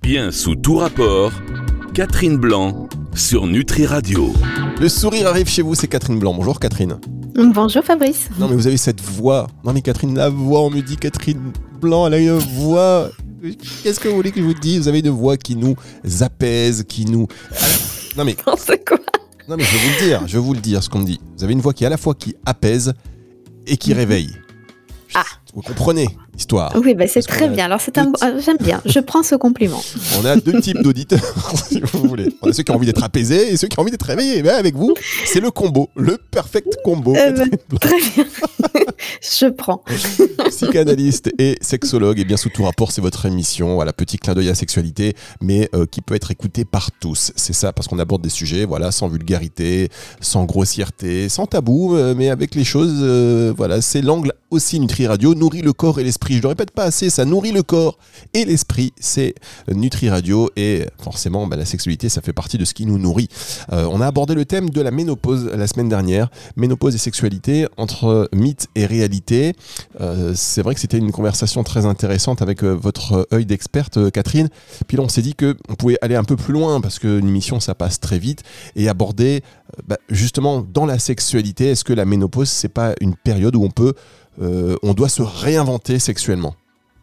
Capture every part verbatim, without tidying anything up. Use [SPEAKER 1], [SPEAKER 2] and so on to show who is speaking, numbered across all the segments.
[SPEAKER 1] Bien sous tout rapport, Catherine Blanc sur Nutri Radio.
[SPEAKER 2] Le sourire arrive chez vous, c'est Catherine Blanc. Bonjour Catherine.
[SPEAKER 3] Bonjour Fabrice.
[SPEAKER 2] Non mais vous avez cette voix. Non mais Catherine, la voix, on me dit Catherine Blanc, elle a une voix. Qu'est-ce que vous voulez que je vous dise ? Vous avez une voix qui nous apaise, qui nous... Non mais...
[SPEAKER 3] C'est quoi ?
[SPEAKER 2] Non mais je vais vous le dire, je vais vous le dire ce qu'on me dit. Vous avez une voix qui est à la fois qui apaise et qui réveille.
[SPEAKER 3] Ah.
[SPEAKER 2] Vous comprenez l'histoire ?
[SPEAKER 3] Oui, bah c'est
[SPEAKER 2] Parce
[SPEAKER 3] très
[SPEAKER 2] qu'on a
[SPEAKER 3] bien. Alors c'est un...
[SPEAKER 2] deux-
[SPEAKER 3] euh, j'aime bien. Je prends ce compliment.
[SPEAKER 2] On a deux types d'auditeurs, si vous voulez. On a ceux qui ont envie d'être apaisés et ceux qui ont envie d'être réveillés. Ben avec vous, c'est le combo, le perfect combo.
[SPEAKER 3] Euh, bah,
[SPEAKER 2] Catherine Blanc.
[SPEAKER 3] très bien. Je prends.
[SPEAKER 2] Psychanalyste et sexologue, et bien sous tout rapport, c'est votre émission. Voilà, petit clin d'œil à la sexualité, mais euh, qui peut être écoutée par tous. C'est ça, parce qu'on aborde des sujets, voilà, sans vulgarité, sans grossièreté, sans tabou, euh, mais avec les choses, euh, voilà, c'est l'angle aussi Nutri Radio, nourrit le corps et l'esprit. Je le répète pas assez, ça nourrit le corps et l'esprit, c'est Nutri Radio, et forcément, bah, la sexualité, ça fait partie de ce qui nous nourrit. Euh, on a abordé le thème de la ménopause la semaine dernière, ménopause et sexualité, entre mythe et réalité. Euh, c'est vrai que c'était une conversation très intéressante avec euh, votre œil d'experte, euh, Catherine. Puis là, on s'est dit qu'on pouvait aller un peu plus loin parce qu'une émission, ça passe très vite, et aborder euh, bah, justement dans la sexualité, est-ce que la ménopause, c'est pas une période où on peut, euh, on doit se réinventer sexuellement ?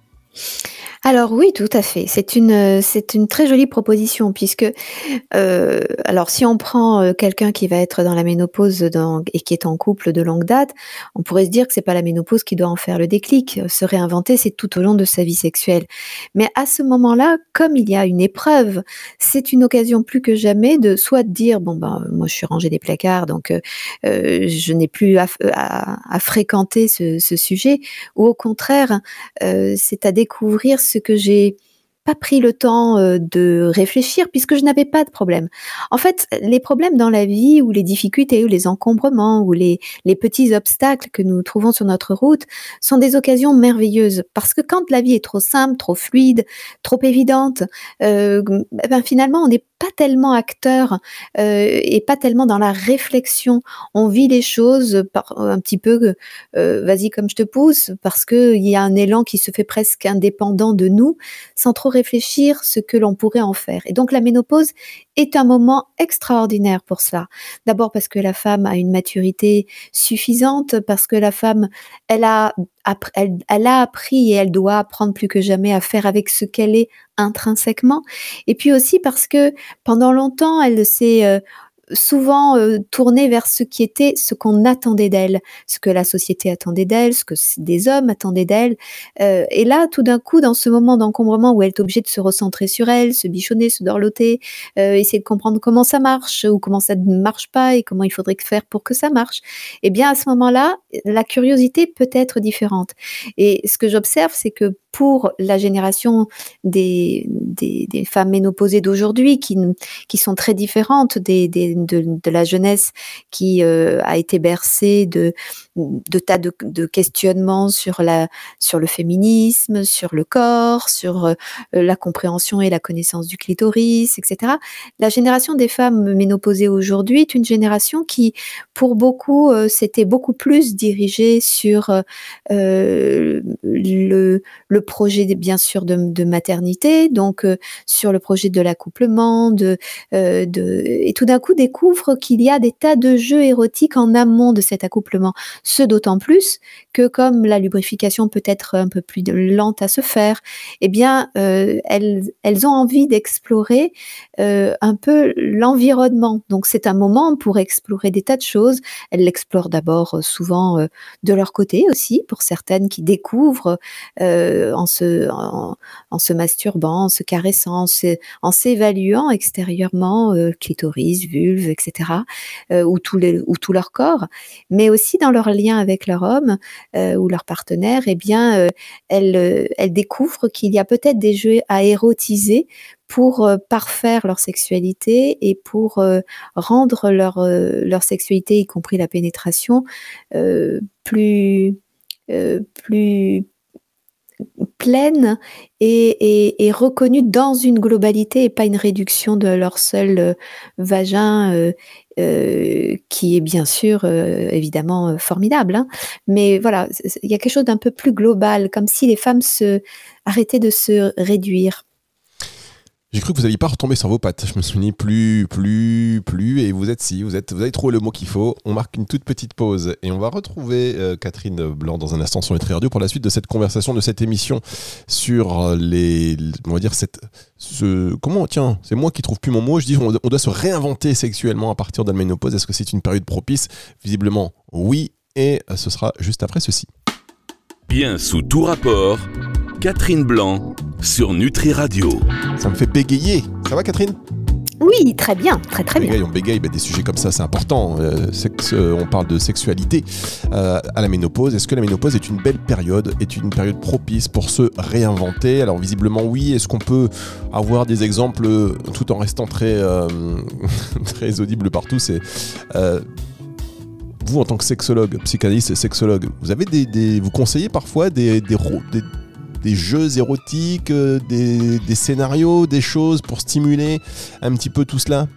[SPEAKER 3] Alors oui, tout à fait. C'est une, c'est une très jolie proposition puisque, euh, alors si on prend euh, quelqu'un qui va être dans la ménopause dans, et qui est en couple de longue date, on pourrait se dire que c'est pas la ménopause qui doit en faire le déclic. Se réinventer, c'est tout au long de sa vie sexuelle. Mais à ce moment-là, comme il y a une épreuve, c'est une occasion plus que jamais de soit de dire bon ben moi je suis rangée des placards donc euh, euh, je n'ai plus à, à, à fréquenter ce, ce sujet, ou au contraire euh, c'est à découvrir ce que j'ai pas pris le temps euh, de réfléchir puisque je n'avais pas de problème. En fait, les problèmes dans la vie ou les difficultés ou les encombrements ou les, les petits obstacles que nous trouvons sur notre route sont des occasions merveilleuses parce que quand la vie est trop simple, trop fluide, trop évidente, euh, ben finalement on n'est pas tellement acteur euh, et pas tellement dans la réflexion. On vit les choses par, un petit peu euh, vas-y comme je te pousse parce qu'il y a un élan qui se fait presque indépendant de nous sans trop réfléchir ce que l'on pourrait en faire. Et donc la ménopause est un moment extraordinaire pour cela. D'abord parce que la femme a une maturité suffisante, parce que la femme, elle a, elle, elle a appris et elle doit apprendre plus que jamais à faire avec ce qu'elle est intrinsèquement. Et puis aussi parce que pendant longtemps, elle s'est euh, souvent euh, tournée vers ce qui était ce qu'on attendait d'elle, ce que la société attendait d'elle, ce que des hommes attendaient d'elle. Euh, et là, tout d'un coup, dans ce moment d'encombrement où elle est obligée de se recentrer sur elle, se bichonner, se dorloter, euh, essayer de comprendre comment ça marche ou comment ça ne marche pas et comment il faudrait faire pour que ça marche, eh bien à ce moment-là, la curiosité peut être différente. Et ce que j'observe, c'est que pour la génération des, des, des femmes ménopausées d'aujourd'hui, qui, qui sont très différentes des, des, de, de la jeunesse qui euh, a été bercée de, de tas de, de questionnements sur, la, sur le féminisme, sur le corps, sur euh, la compréhension et la connaissance du clitoris, et cetera. La génération des femmes ménopausées aujourd'hui est une génération qui, pour beaucoup, euh, s'était beaucoup plus dirigée sur euh, le, le projet, bien sûr, de, de maternité, donc euh, sur le projet de l'accouplement, de, euh, de, et tout d'un coup découvre qu'il y a des tas de jeux érotiques en amont de cet accouplement. Ce d'autant plus que comme la lubrification peut être un peu plus lente à se faire, eh bien, euh, elles, elles ont envie d'explorer euh, un peu l'environnement. Donc, c'est un moment pour explorer des tas de choses. Elles l'explorent d'abord euh, souvent euh, de leur côté aussi, pour certaines qui découvrent euh, en, se, en, en se masturbant, en se caressant, en, se, en s'évaluant extérieurement, euh, clitoris, vulve, et cetera, euh, ou, tout les, ou tout leur corps, mais aussi dans leur lien avec leur homme euh, ou leur partenaire, eh bien, euh, elles, euh, elles découvrent qu'il y a peut-être des jeux à érotiser pour euh, parfaire leur sexualité et pour euh, rendre leur, euh, leur sexualité, y compris la pénétration, euh, plus, euh, plus pleine et, et, et reconnue dans une globalité et pas une réduction de leur seul euh, vagin euh, euh, qui est bien sûr euh, évidemment euh, formidable, hein. Mais voilà, il y a quelque chose d'un peu plus global, comme si les femmes se arrêtaient de se réduire.
[SPEAKER 2] J'ai cru que vous n'alliez pas retomber sur vos pattes. Je me suis dit plus, plus, plus, et vous êtes si, vous êtes, vous avez trouvé le mot qu'il faut. On marque une toute petite pause et on va retrouver euh, Catherine Blanc dans un instant sur Nutri Radio pour la suite de cette conversation, de cette émission sur les, on va dire cette, ce, comment, tiens, c'est moi qui trouve plus mon mot. Je dis, on, on doit se réinventer sexuellement à partir de la ménopause. Est-ce que c'est une période propice? Visiblement, oui, et ce sera juste après ceci.
[SPEAKER 1] Bien sous tout rapport, Catherine Blanc sur Nutri Radio.
[SPEAKER 2] Ça me fait bégayer. Ça va, Catherine?
[SPEAKER 3] Oui, très bien, très très
[SPEAKER 2] on bégaye,
[SPEAKER 3] bien.
[SPEAKER 2] On bégaye, bah, des sujets comme ça, c'est important. Euh, sexe, euh, on parle de sexualité euh, à la ménopause. Est-ce que la ménopause est une belle période, est une période propice pour se réinventer? Alors visiblement oui. Est-ce qu'on peut avoir des exemples euh, tout en restant très, euh, très audible partout? C'est... Euh, Vous, en tant que sexologue, psychanalyste et sexologue, vous avez des, des vous conseillez parfois des, des, des, des jeux érotiques, des, des scénarios, des choses pour stimuler un petit peu tout cela?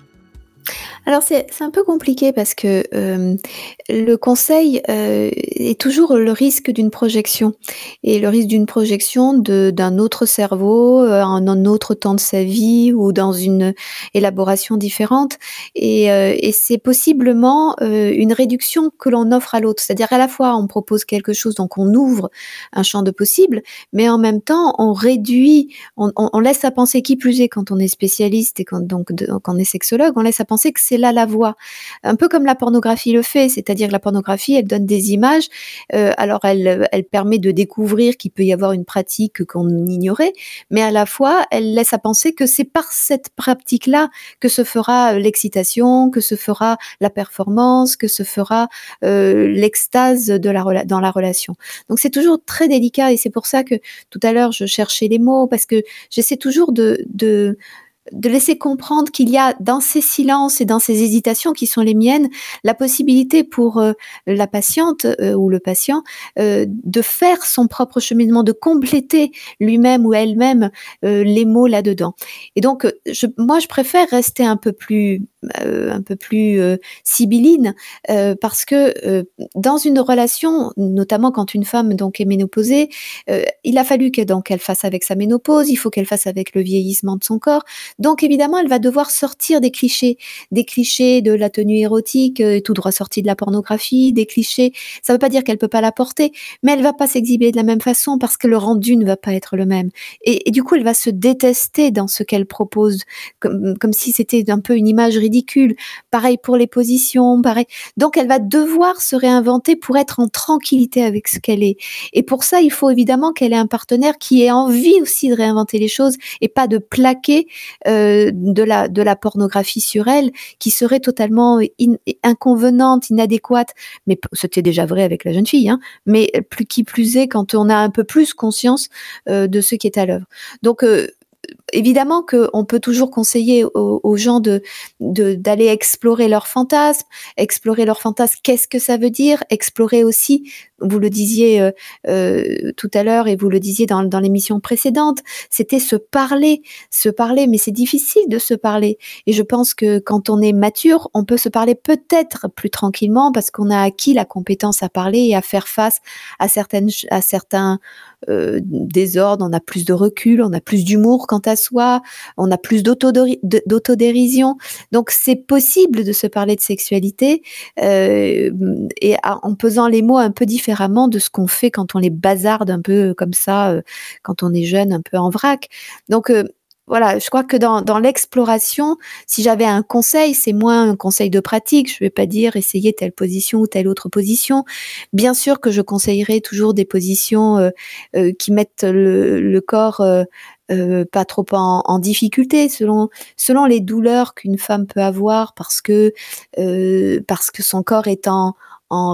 [SPEAKER 3] Alors c'est, c'est un peu compliqué parce que euh, le conseil euh, est toujours le risque d'une projection et le risque d'une projection de, d'un autre cerveau, euh, en un autre temps de sa vie ou dans une élaboration différente et, euh, et c'est possiblement euh, une réduction que l'on offre à l'autre, c'est-à-dire à la fois on propose quelque chose, donc on ouvre un champ de possibles, mais en même temps on réduit, on, on, on laisse à penser, qui plus est quand on est spécialiste et quand, donc de, quand on est sexologue, on laisse à penser que c'est là la voie. Un peu comme la pornographie le fait, c'est-à-dire que la pornographie, elle donne des images, euh, alors elle, elle permet de découvrir qu'il peut y avoir une pratique qu'on ignorait, mais à la fois, elle laisse à penser que c'est par cette pratique-là que se fera l'excitation, que se fera la performance, que se fera euh, l'extase de la rela- dans la relation. Donc c'est toujours très délicat et c'est pour ça que tout à l'heure, je cherchais les mots, parce que j'essaie toujours de... de de laisser comprendre qu'il y a dans ces silences et dans ces hésitations qui sont les miennes, la possibilité pour euh, la patiente euh, ou le patient euh, de faire son propre cheminement, de compléter lui-même ou elle-même euh, les mots là-dedans. Et donc, je, moi, je préfère rester un peu plus, euh, un peu plus euh, sibylline euh, parce que euh, dans une relation, notamment quand une femme donc est ménopausée, euh, il a fallu que donc elle fasse avec sa ménopause, il faut qu'elle fasse avec le vieillissement de son corps. Donc évidemment, elle va devoir sortir des clichés, des clichés de la tenue érotique, euh, tout droit sorti de la pornographie, des clichés. Ça ne veut pas dire qu'elle peut pas la porter, mais elle va pas s'exhiber de la même façon parce que le rendu ne va pas être le même. Et, et du coup, elle va se détester dans ce qu'elle propose, comme, comme si c'était un peu une image ridicule. Pareil pour les positions, pareil. Donc elle va devoir se réinventer pour être en tranquillité avec ce qu'elle est. Et pour ça, il faut évidemment qu'elle ait un partenaire qui ait envie aussi de réinventer les choses et pas de plaquer Euh, de la de la pornographie sur elle qui serait totalement in, inconvenante, inadéquate, mais c'était déjà vrai avec la jeune fille, hein, mais plus qui plus est quand on a un peu plus conscience euh, de ce qui est à l'œuvre. Donc euh, évidemment qu'on peut toujours conseiller aux, aux gens de, de, d'aller explorer leurs fantasmes, explorer leurs fantasmes, qu'est-ce que ça veut dire, explorer aussi, vous le disiez euh, euh, tout à l'heure et vous le disiez dans, dans l'émission précédente, c'était se parler, se parler, mais c'est difficile de se parler. Et je pense que quand on est mature, on peut se parler peut-être plus tranquillement parce qu'on a acquis la compétence à parler et à faire face à certaines, à certains euh, désordres, on a plus de recul, on a plus d'humour quant à soi, on a plus d'autodori- d'autodérision. Donc c'est possible de se parler de sexualité euh, et en pesant les mots un peu différemment de ce qu'on fait quand on les bazarde un peu comme ça, euh, quand on est jeune, un peu en vrac. Donc euh, voilà, je crois que dans, dans l'exploration, si j'avais un conseil, c'est moins un conseil de pratique. Je ne vais pas dire essayer telle position ou telle autre position. Bien sûr que je conseillerais toujours des positions euh, euh, qui mettent le, le corps euh, euh, pas trop en, en difficulté selon selon les douleurs qu'une femme peut avoir parce que euh, parce que son corps est en en,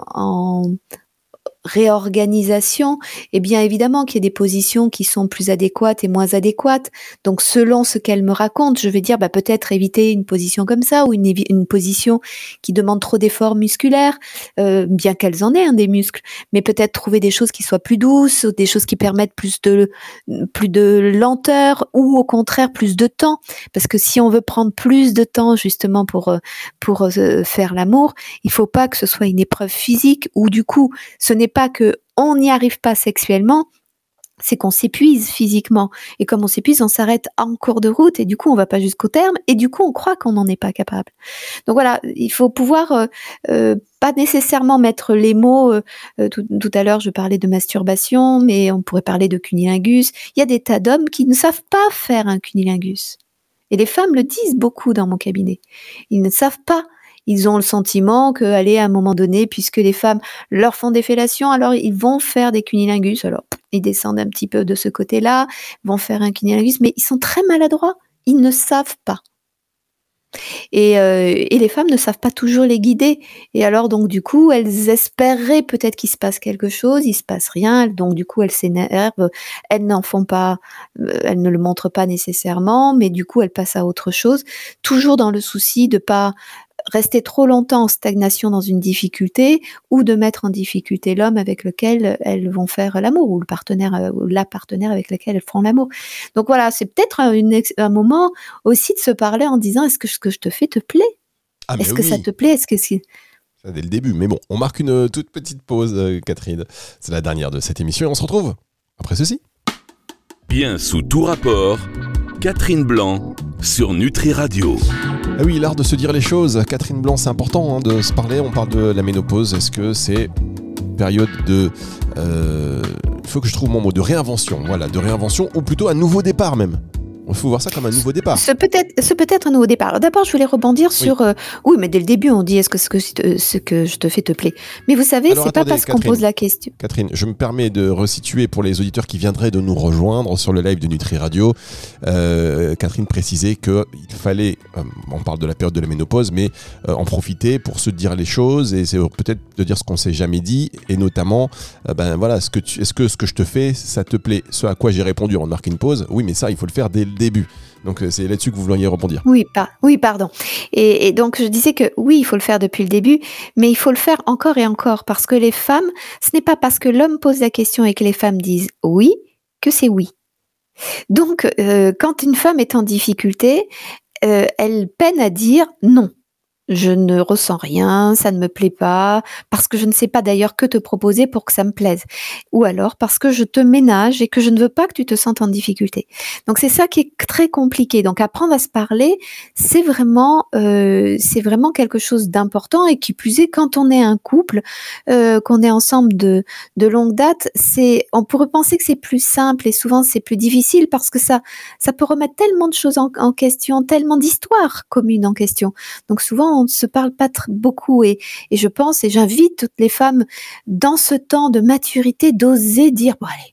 [SPEAKER 3] en réorganisation, et bien évidemment qu'il y a des positions qui sont plus adéquates et moins adéquates. Donc selon ce qu'elle me raconte, je vais dire bah, peut-être éviter une position comme ça ou une, une position qui demande trop d'efforts musculaires, euh, bien qu'elles en aient hein, des muscles, mais peut-être trouver des choses qui soient plus douces, des choses qui permettent plus de plus de lenteur ou au contraire plus de temps. Parce que si on veut prendre plus de temps justement pour pour euh, faire l'amour, il faut pas que ce soit une épreuve physique où du coup ce n'est pas que on n'y arrive pas sexuellement, c'est qu'on s'épuise physiquement. Et comme on s'épuise, on s'arrête en cours de route et du coup, on va pas jusqu'au terme et du coup, on croit qu'on n'en est pas capable. Donc voilà, il faut pouvoir euh, euh, pas nécessairement mettre les mots. Euh, tout, tout à l'heure, je parlais de masturbation, mais on pourrait parler de cunnilingus. Il y a des tas d'hommes qui ne savent pas faire un cunnilingus. Et les femmes le disent beaucoup dans mon cabinet. Ils ne savent pas. Ils ont le sentiment que, allez, à un moment donné, puisque les femmes leur font des fellations, alors ils vont faire des cunnilingus. Alors, ils descendent un petit peu de ce côté-là, vont faire un cunnilingus, mais ils sont très maladroits. Ils ne savent pas. Et, euh, et les femmes ne savent pas toujours les guider. Et alors, donc, du coup, elles espéraient peut-être qu'il se passe quelque chose, il se passe rien. Donc, du coup, elles s'énervent. Elles n'en font pas, elles ne le montrent pas nécessairement, mais du coup, elles passent à autre chose. Toujours dans le souci de pas rester trop longtemps en stagnation dans une difficulté ou de mettre en difficulté l'homme avec lequel elles vont faire l'amour ou le partenaire ou la partenaire avec laquelle elles feront l'amour. Donc voilà, c'est peut-être un, une, un moment aussi de se parler en disant est-ce que ce que je te fais te plaît ?
[SPEAKER 2] Ah,
[SPEAKER 3] Est-ce
[SPEAKER 2] oui.
[SPEAKER 3] que ça te plaît ? Est-ce que c'est...
[SPEAKER 2] Ça, dès le début. Mais bon, on marque une toute petite pause, euh, Catherine. C'est la dernière de cette émission et on se retrouve après ceci.
[SPEAKER 1] Bien sous tout rapport, Catherine Blanc sur Nutri Radio.
[SPEAKER 2] Ah oui, l'art de se dire les choses. Catherine Blanc, c'est important hein, de se parler. On parle de la ménopause. Est-ce que c'est une période de... Il euh, faut que je trouve mon mot, de réinvention. Voilà, de réinvention ou plutôt un nouveau départ même. Il faut voir ça comme un nouveau départ.
[SPEAKER 3] Ce peut être, ce peut être un nouveau départ. Alors d'abord, je voulais rebondir oui. sur... Euh, oui, mais dès le début, on dit est-ce que ce que, ce que je te fais te plaît ? Mais vous savez,
[SPEAKER 2] Alors,
[SPEAKER 3] c'est
[SPEAKER 2] attendez,
[SPEAKER 3] pas parce
[SPEAKER 2] Catherine,
[SPEAKER 3] qu'on pose la question.
[SPEAKER 2] Catherine, je me permets de resituer pour les auditeurs qui viendraient de nous rejoindre sur le live de Nutri Radio. Euh, Catherine précisait qu'il fallait, euh, on parle de la période de la ménopause, mais euh, en profiter pour se dire les choses et c'est peut-être de dire ce qu'on ne s'est jamais dit et notamment, euh, ben voilà, ce que tu, est-ce que ce que je te fais, ça te plaît ? Ce à quoi j'ai répondu en marquant une pause, oui, mais ça, il faut le faire dès le début. Donc c'est là-dessus que vous vouliez rebondir.
[SPEAKER 3] Oui, pas, oui, pardon. Et, et donc je disais que oui, il faut le faire depuis le début, mais il faut le faire encore et encore parce que les femmes, ce n'est pas parce que l'homme pose la question et que les femmes disent oui que c'est oui. Donc euh, quand une femme est en difficulté, euh, elle peine à dire non. Je ne ressens rien, ça ne me plaît pas, parce que je ne sais pas d'ailleurs que te proposer pour que ça me plaise. Ou alors parce que je te ménage et que je ne veux pas que tu te sentes en difficulté. Donc c'est ça qui est très compliqué. Donc apprendre à se parler, c'est vraiment, euh, c'est vraiment quelque chose d'important et qui plus est quand on est un couple, euh, qu'on est ensemble de, de longue date, c'est, on pourrait penser que c'est plus simple et souvent c'est plus difficile parce que ça, ça peut remettre tellement de choses en, en question, tellement d'histoires communes en question. Donc souvent on ne se parle pas tr- beaucoup et, et je pense et j'invite toutes les femmes dans ce temps de maturité d'oser dire bon allez,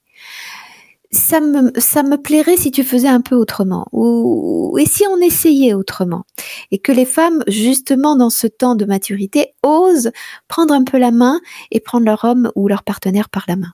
[SPEAKER 3] ça me, ça me plairait si tu faisais un peu autrement ou et si on essayait autrement et que les femmes justement dans ce temps de maturité osent prendre un peu la main et prendre leur homme ou leur partenaire par la main.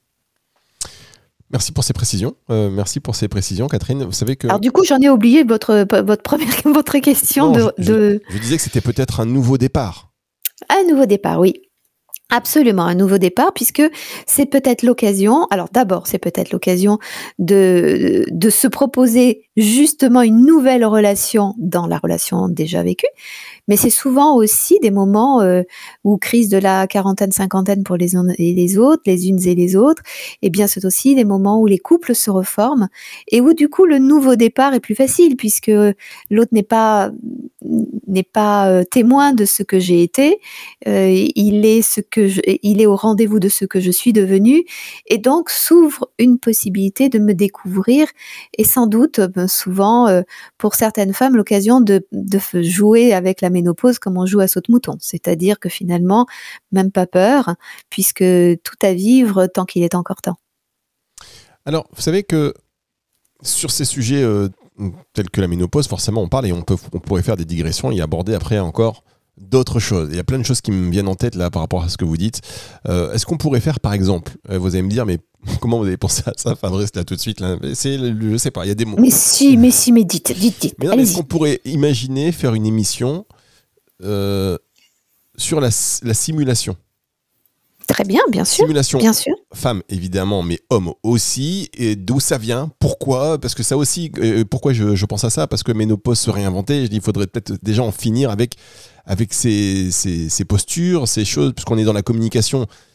[SPEAKER 2] Merci pour ces précisions. Euh, merci pour ces précisions, Catherine. Vous savez que...
[SPEAKER 3] Alors du coup, j'en ai oublié votre, votre première votre question.
[SPEAKER 2] Non,
[SPEAKER 3] de,
[SPEAKER 2] je,
[SPEAKER 3] de...
[SPEAKER 2] Je, je disais que c'était peut-être un nouveau départ.
[SPEAKER 3] Un nouveau départ, oui. Absolument, un nouveau départ, puisque c'est peut-être l'occasion, alors d'abord, c'est peut-être l'occasion de, de se proposer justement une nouvelle relation dans la relation déjà vécue, mais c'est souvent aussi des moments euh, où crise de la quarantaine, cinquantaine pour les uns et les autres, les unes et les autres, et bien c'est aussi des moments où les couples se reforment et où du coup le nouveau départ est plus facile puisque l'autre n'est pas n'est pas euh, témoin de ce que j'ai été, euh, il est ce que je, il est au rendez-vous de ce que je suis devenue et donc s'ouvre une possibilité de me découvrir et sans doute ben, souvent euh, pour certaines femmes l'occasion de, de jouer avec la ménopause comme on joue à saute-mouton, c'est-à-dire que finalement même pas peur puisque tout à vivre tant qu'il est encore temps.
[SPEAKER 2] Alors vous savez que sur ces sujets euh, tels que la ménopause, forcément on parle et on, peut, on pourrait faire des digressions et aborder après encore d'autres choses. Il y a plein de choses qui me viennent en tête là par rapport à ce que vous dites. Euh, est-ce qu'on pourrait faire par exemple, euh, vous allez me dire mais comment vous avez pensé à ça, Fabrice, là tout de suite là c'est, je sais pas, il y a des mots.
[SPEAKER 3] Mais si, mais si, mais dites, dites, dites.
[SPEAKER 2] Mais non, mais est-ce qu'on pourrait imaginer faire une émission euh, sur la, la simulation?
[SPEAKER 3] Très bien, bien sûr.
[SPEAKER 2] Simulation,
[SPEAKER 3] bien sûr.
[SPEAKER 2] Femmes évidemment, mais hommes aussi. Et d'où ça vient? Pourquoi? Parce que ça aussi, euh, pourquoi je, je pense à ça? Parce que ménopause se réinventer, je dis il faudrait peut-être déjà en finir avec, avec ces, ces, ces postures, ces choses, puisqu'on est dans la communication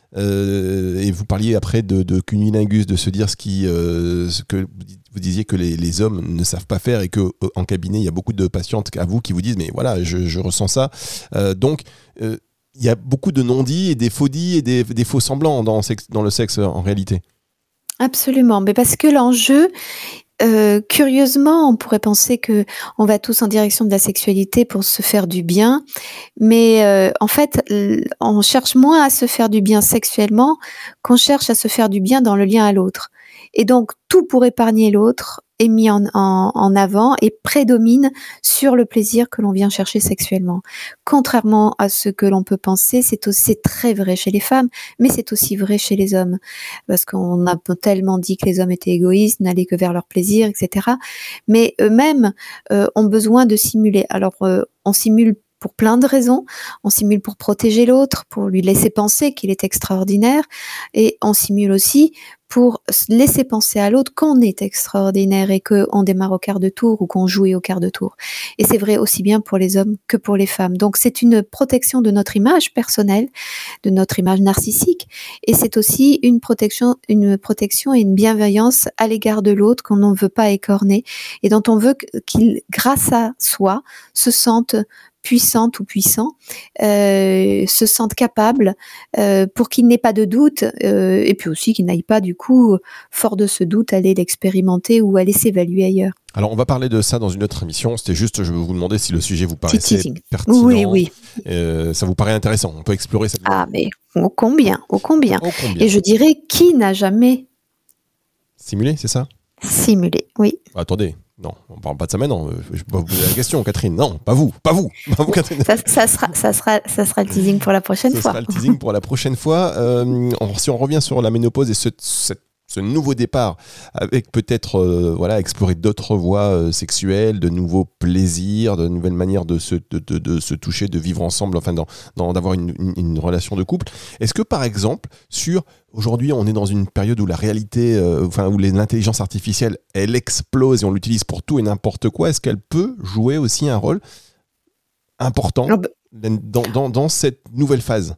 [SPEAKER 2] Euh, et vous parliez après de, de cunnilingus, de se dire ce, qui, euh, ce que vous disiez que les, les hommes ne savent pas faire et qu'en cabinet, il y a beaucoup de patientes à vous qui vous disent « mais voilà, je, je ressens ça euh, ». Donc, euh, il y a beaucoup de non-dits et des faux-dits et des, des faux semblants dans, dans le sexe en réalité.
[SPEAKER 3] Absolument, mais parce que l'enjeu, euh, curieusement, on pourrait penser que on va tous en direction de la sexualité pour se faire du bien, mais euh, en fait, on cherche moins à se faire du bien sexuellement qu'on cherche à se faire du bien dans le lien à l'autre. Et donc, tout pour épargner l'autre est mis en, en, en avant et prédomine sur le plaisir que l'on vient chercher sexuellement. Contrairement à ce que l'on peut penser, c'est aussi très vrai chez les femmes, mais c'est aussi vrai chez les hommes. Parce qu'on a tellement dit que les hommes étaient égoïstes, n'allaient que vers leur plaisir, et cetera. Mais eux-mêmes euh, ont besoin de simuler. Alors, euh, on simule pour plein de raisons. On simule pour protéger l'autre, pour lui laisser penser qu'il est extraordinaire, et on simule aussi pour laisser penser à l'autre qu'on est extraordinaire et qu'on démarre au quart de tour ou qu'on joue au quart de tour. Et c'est vrai aussi bien pour les hommes que pour les femmes. Donc c'est une protection de notre image personnelle, de notre image narcissique, et c'est aussi une protection, une protection et une bienveillance à l'égard de l'autre qu'on ne veut pas écorner et dont on veut qu'il, grâce à soi, se sente puissante ou puissant, euh, se sentent capables euh, pour qu'il n'ait pas de doute euh, et puis aussi qu'il n'aille pas du coup, fort de ce doute, aller l'expérimenter ou aller s'évaluer ailleurs.
[SPEAKER 2] Alors on va parler de ça dans une autre émission, c'était juste, je vais vous demander si le sujet vous paraissait pertinent.
[SPEAKER 3] Oui, oui.
[SPEAKER 2] Euh, ça vous paraît intéressant, on peut explorer ça.
[SPEAKER 3] Ah mais ô combien, ô combien.
[SPEAKER 2] Ô combien.
[SPEAKER 3] Et je dirais, qui n'a jamais
[SPEAKER 2] simulé, c'est ça?
[SPEAKER 3] Simulé, oui.
[SPEAKER 2] Attendez. Non, on ne parle pas de ça maintenant. Je vais vous poser la question, Catherine. Non, pas vous, pas vous. Pas vous Catherine.
[SPEAKER 3] Ça, ça, sera, ça, sera, ça sera le teasing pour la prochaine
[SPEAKER 2] ça
[SPEAKER 3] fois.
[SPEAKER 2] Ça sera le teasing pour la prochaine fois. Euh, si on revient sur la ménopause et ce, cette ce nouveau départ avec peut-être euh, voilà, explorer d'autres voies euh, sexuelles, de nouveaux plaisirs, de nouvelles manières de se, de, de, de se toucher, de vivre ensemble, enfin dans, dans, d'avoir une, une, une relation de couple. Est-ce que par exemple, sur aujourd'hui on est dans une période où la réalité, euh, enfin où l'intelligence artificielle, elle explose et on l'utilise pour tout et n'importe quoi, est-ce qu'elle peut jouer aussi un rôle important oh bah... dans, dans, dans cette nouvelle phase?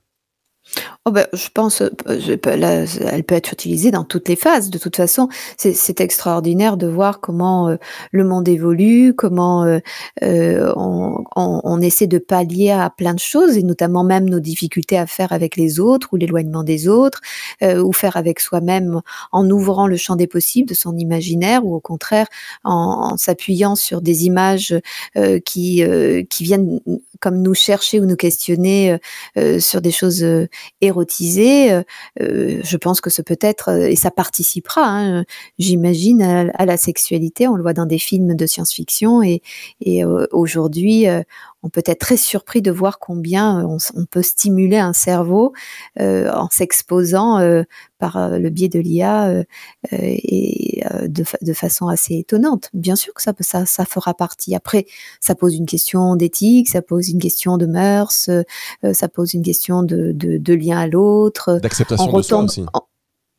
[SPEAKER 3] Oh ben, je pense, je peux, là, elle peut être utilisée dans toutes les phases. De toute façon, c'est, c'est extraordinaire de voir comment euh, le monde évolue, comment euh, euh, on, on, on essaie de pallier à plein de choses, et notamment même nos difficultés à faire avec les autres ou l'éloignement des autres, euh, ou faire avec soi-même en ouvrant le champ des possibles de son imaginaire, ou au contraire en, en s'appuyant sur des images euh, qui euh, qui viennent comme nous chercher ou nous questionner euh, sur des choses euh, érotisé, euh, je pense que ce peut être, et ça participera, hein, j'imagine, à, à la sexualité. On le voit dans des films de science-fiction, et, et euh, aujourd'hui, euh, on peut être très surpris de voir combien on, on peut stimuler un cerveau euh, en s'exposant euh, par euh, le biais de l'I A euh, et euh, de, de façon assez étonnante. Bien sûr que ça, ça, ça fera partie. Après, ça pose une question d'éthique, ça pose une question de mœurs, euh, ça pose une question de, de, de lien à l'autre.
[SPEAKER 2] D'acceptation on de retombe, soi aussi.
[SPEAKER 3] En, Pardon ?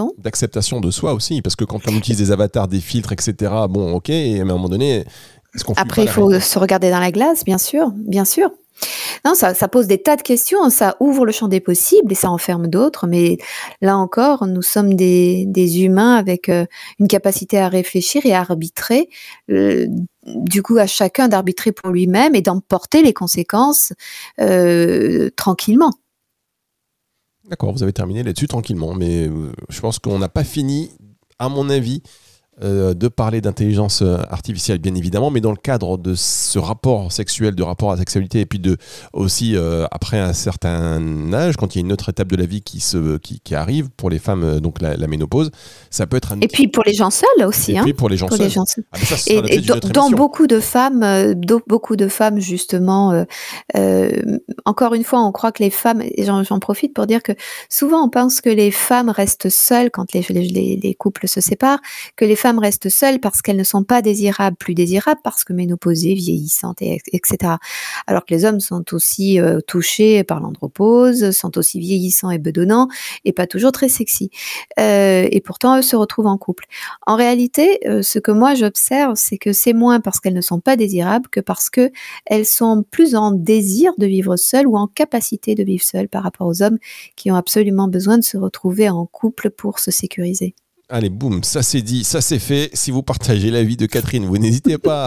[SPEAKER 2] D'acceptation de soi aussi, parce que quand on utilise des avatars, des filtres, et cetera, bon, ok, mais à un moment donné...
[SPEAKER 3] Après, il faut se regarder dans la glace, bien sûr, bien sûr. Non, ça, ça pose des tas de questions, ça ouvre le champ des possibles et ça enferme d'autres, mais là encore, nous sommes des, des humains avec euh, une capacité à réfléchir et à arbitrer, euh, du coup à chacun d'arbitrer pour lui-même et d'en porter les conséquences euh, tranquillement.
[SPEAKER 2] D'accord, vous avez terminé là-dessus tranquillement, mais euh, je pense qu'on n'a pas fini, à mon avis, Euh, de parler d'intelligence artificielle bien évidemment, mais dans le cadre de ce rapport sexuel, de rapport à la sexualité, et puis de, aussi euh, après un certain âge, quand il y a une autre étape de la vie qui, se, qui, qui arrive, pour les femmes, euh, donc la, la ménopause, ça peut être un...
[SPEAKER 3] Et puis pour les gens seuls aussi.
[SPEAKER 2] Et
[SPEAKER 3] hein,
[SPEAKER 2] puis pour les gens
[SPEAKER 3] pour
[SPEAKER 2] seuls.
[SPEAKER 3] Les gens seuls.
[SPEAKER 2] Ah, ça,
[SPEAKER 3] et et dans, dans beaucoup de femmes, euh, beaucoup de femmes justement, euh, euh, encore une fois, on croit que les femmes, et j'en, j'en profite pour dire que souvent on pense que les femmes restent seules quand les, les, les couples se séparent, que les femmes restent seules parce qu'elles ne sont pas désirables, plus désirables, parce que ménopausées, vieillissantes, et, etc. Alors que les hommes sont aussi euh, touchés par l'andropause, sont aussi vieillissants et bedonnants, et pas toujours très sexy. Euh, et pourtant, eux se retrouvent en couple. En réalité, euh, ce que moi j'observe, c'est que c'est moins parce qu'elles ne sont pas désirables que parce qu'elles sont plus en désir de vivre seules ou en capacité de vivre seules par rapport aux hommes qui ont absolument besoin de se retrouver en couple pour se sécuriser.
[SPEAKER 2] Allez, boum, ça c'est dit, ça c'est fait. Si vous partagez l'avis de Catherine, vous n'hésitez pas.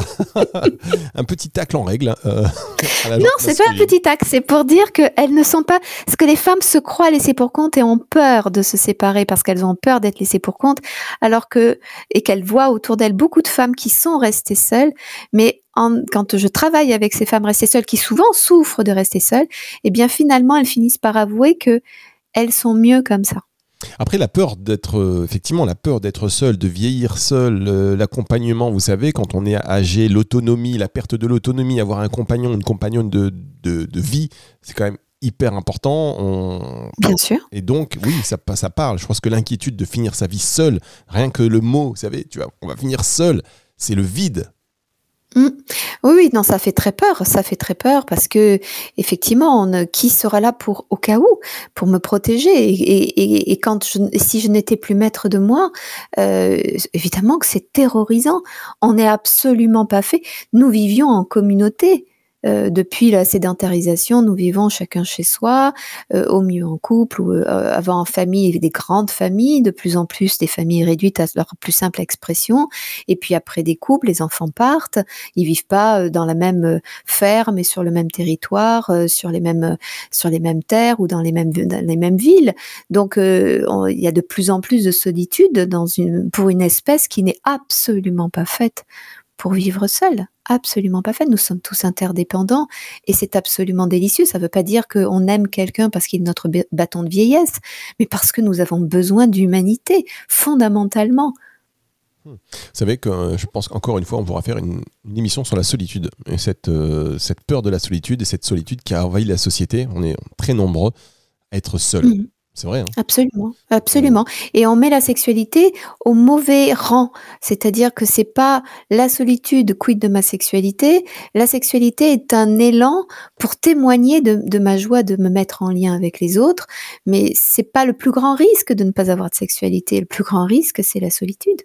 [SPEAKER 2] Un petit tacle en règle. Euh,
[SPEAKER 3] non, c'est pas un petit tacle, c'est pour dire qu'elles ne sont pas... Parce que les femmes se croient laissées pour compte et ont peur de se séparer parce qu'elles ont peur d'être laissées pour compte, alors que... et qu'elles voient autour d'elles beaucoup de femmes qui sont restées seules, mais en... quand je travaille avec ces femmes restées seules, qui souvent souffrent de rester seules, eh bien finalement, elles finissent par avouer qu'elles sont mieux comme ça.
[SPEAKER 2] Après, la peur d'être, euh, effectivement, la peur d'être seul, de vieillir seul, euh, l'accompagnement, vous savez, quand on est âgé, l'autonomie, la perte de l'autonomie, avoir un compagnon, une compagnonne de, de, de vie, c'est quand même hyper important. On...
[SPEAKER 3] Bien sûr.
[SPEAKER 2] Et donc, oui, ça, ça parle. Je pense que l'inquiétude de finir sa vie seul, rien que le mot, vous savez, tu vois, on va finir seul, c'est le vide.
[SPEAKER 3] Mmh. Oui, oui, non, ça fait très peur, ça fait très peur parce que effectivement, on, qui sera là pour au cas où, pour me protéger et, et, et quand je, si je n'étais plus maître de moi, euh, évidemment que c'est terrorisant. On n'est absolument pas fait. Nous vivions en communauté. Euh, depuis la sédentarisation, nous vivons chacun chez soi, euh, au mieux en couple ou euh, avant en famille, des grandes familles, de plus en plus des familles réduites à leur plus simple expression. Et puis après des couples, les enfants partent, ils vivent pas dans la même ferme et sur le même territoire, euh, sur les mêmes sur les mêmes terres ou dans les mêmes dans les mêmes villes. Donc euh, on, il y a de plus en plus de solitude dans une pour une espèce qui n'est absolument pas faite pour vivre seul, absolument pas fait. Nous sommes tous interdépendants et c'est absolument délicieux. Ça ne veut pas dire qu'on aime quelqu'un parce qu'il est notre bâton de vieillesse, mais parce que nous avons besoin d'humanité, fondamentalement.
[SPEAKER 2] Vous savez que euh, je pense qu'encore une fois, on pourra faire une, une émission sur la solitude. Et cette, euh, cette peur de la solitude et cette solitude qui a envahi la société. On est très nombreux à être seuls. Mmh. C'est vrai. Hein.
[SPEAKER 3] Absolument, absolument. Et on met la sexualité au mauvais rang. C'est-à-dire que c'est pas la solitude, quid de ma sexualité. La sexualité est un élan pour témoigner de, de ma joie de me mettre en lien avec les autres. Mais c'est pas le plus grand risque de ne pas avoir de sexualité. Le plus grand risque, c'est la solitude.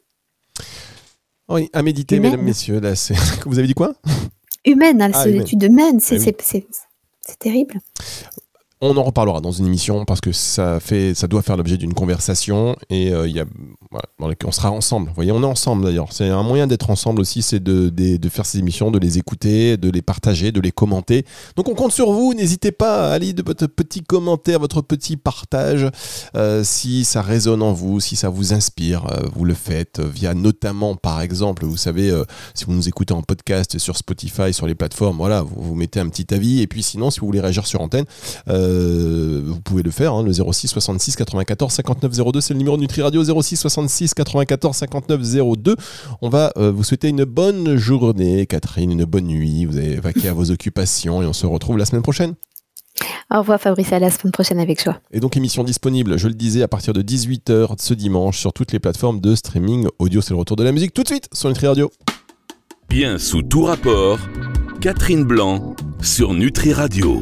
[SPEAKER 2] Oui, à méditer, humaine. Mesdames, messieurs. Là, c'est... Vous avez dit quoi ?
[SPEAKER 3] Humaine, hein, la ah, solitude humaine. humaine. C'est, ah, oui. c'est, c'est, c'est terrible.
[SPEAKER 2] On en reparlera dans une émission parce que ça, fait, ça doit faire l'objet d'une conversation et euh, y a, voilà, on sera ensemble. Vous voyez, on est ensemble d'ailleurs. C'est un moyen d'être ensemble aussi, c'est de, de, de faire ces émissions, de les écouter, de les partager, de les commenter. Donc on compte sur vous. N'hésitez pas à aller de votre petit commentaire, votre petit partage. Euh, si ça résonne en vous, si ça vous inspire, euh, vous le faites via notamment, par exemple, vous savez, euh, si vous nous écoutez en podcast sur Spotify, sur les plateformes, voilà, vous, vous mettez un petit avis. Et puis sinon, si vous voulez réagir sur antenne, euh, Euh, vous pouvez le faire, hein, le zéro six soixante-six quatre-vingt-quatorze cinquante-neuf zéro deux, c'est le numéro de Nutri Radio, zéro six soixante-six quatre-vingt-quatorze cinquante-neuf zéro deux. On va euh, vous souhaiter une bonne journée, Catherine, une bonne nuit, vous avez vaqué à vos occupations et on se retrouve la semaine prochaine.
[SPEAKER 3] Au revoir Fabrice, à la semaine prochaine avec joie.
[SPEAKER 2] Et donc émission disponible, je le disais, à partir de dix-huit heures ce dimanche sur toutes les plateformes de streaming audio. C'est le retour de la musique tout de suite sur Nutri Radio.
[SPEAKER 1] Bien sous tout rapport, Catherine Blanc sur Nutri Radio.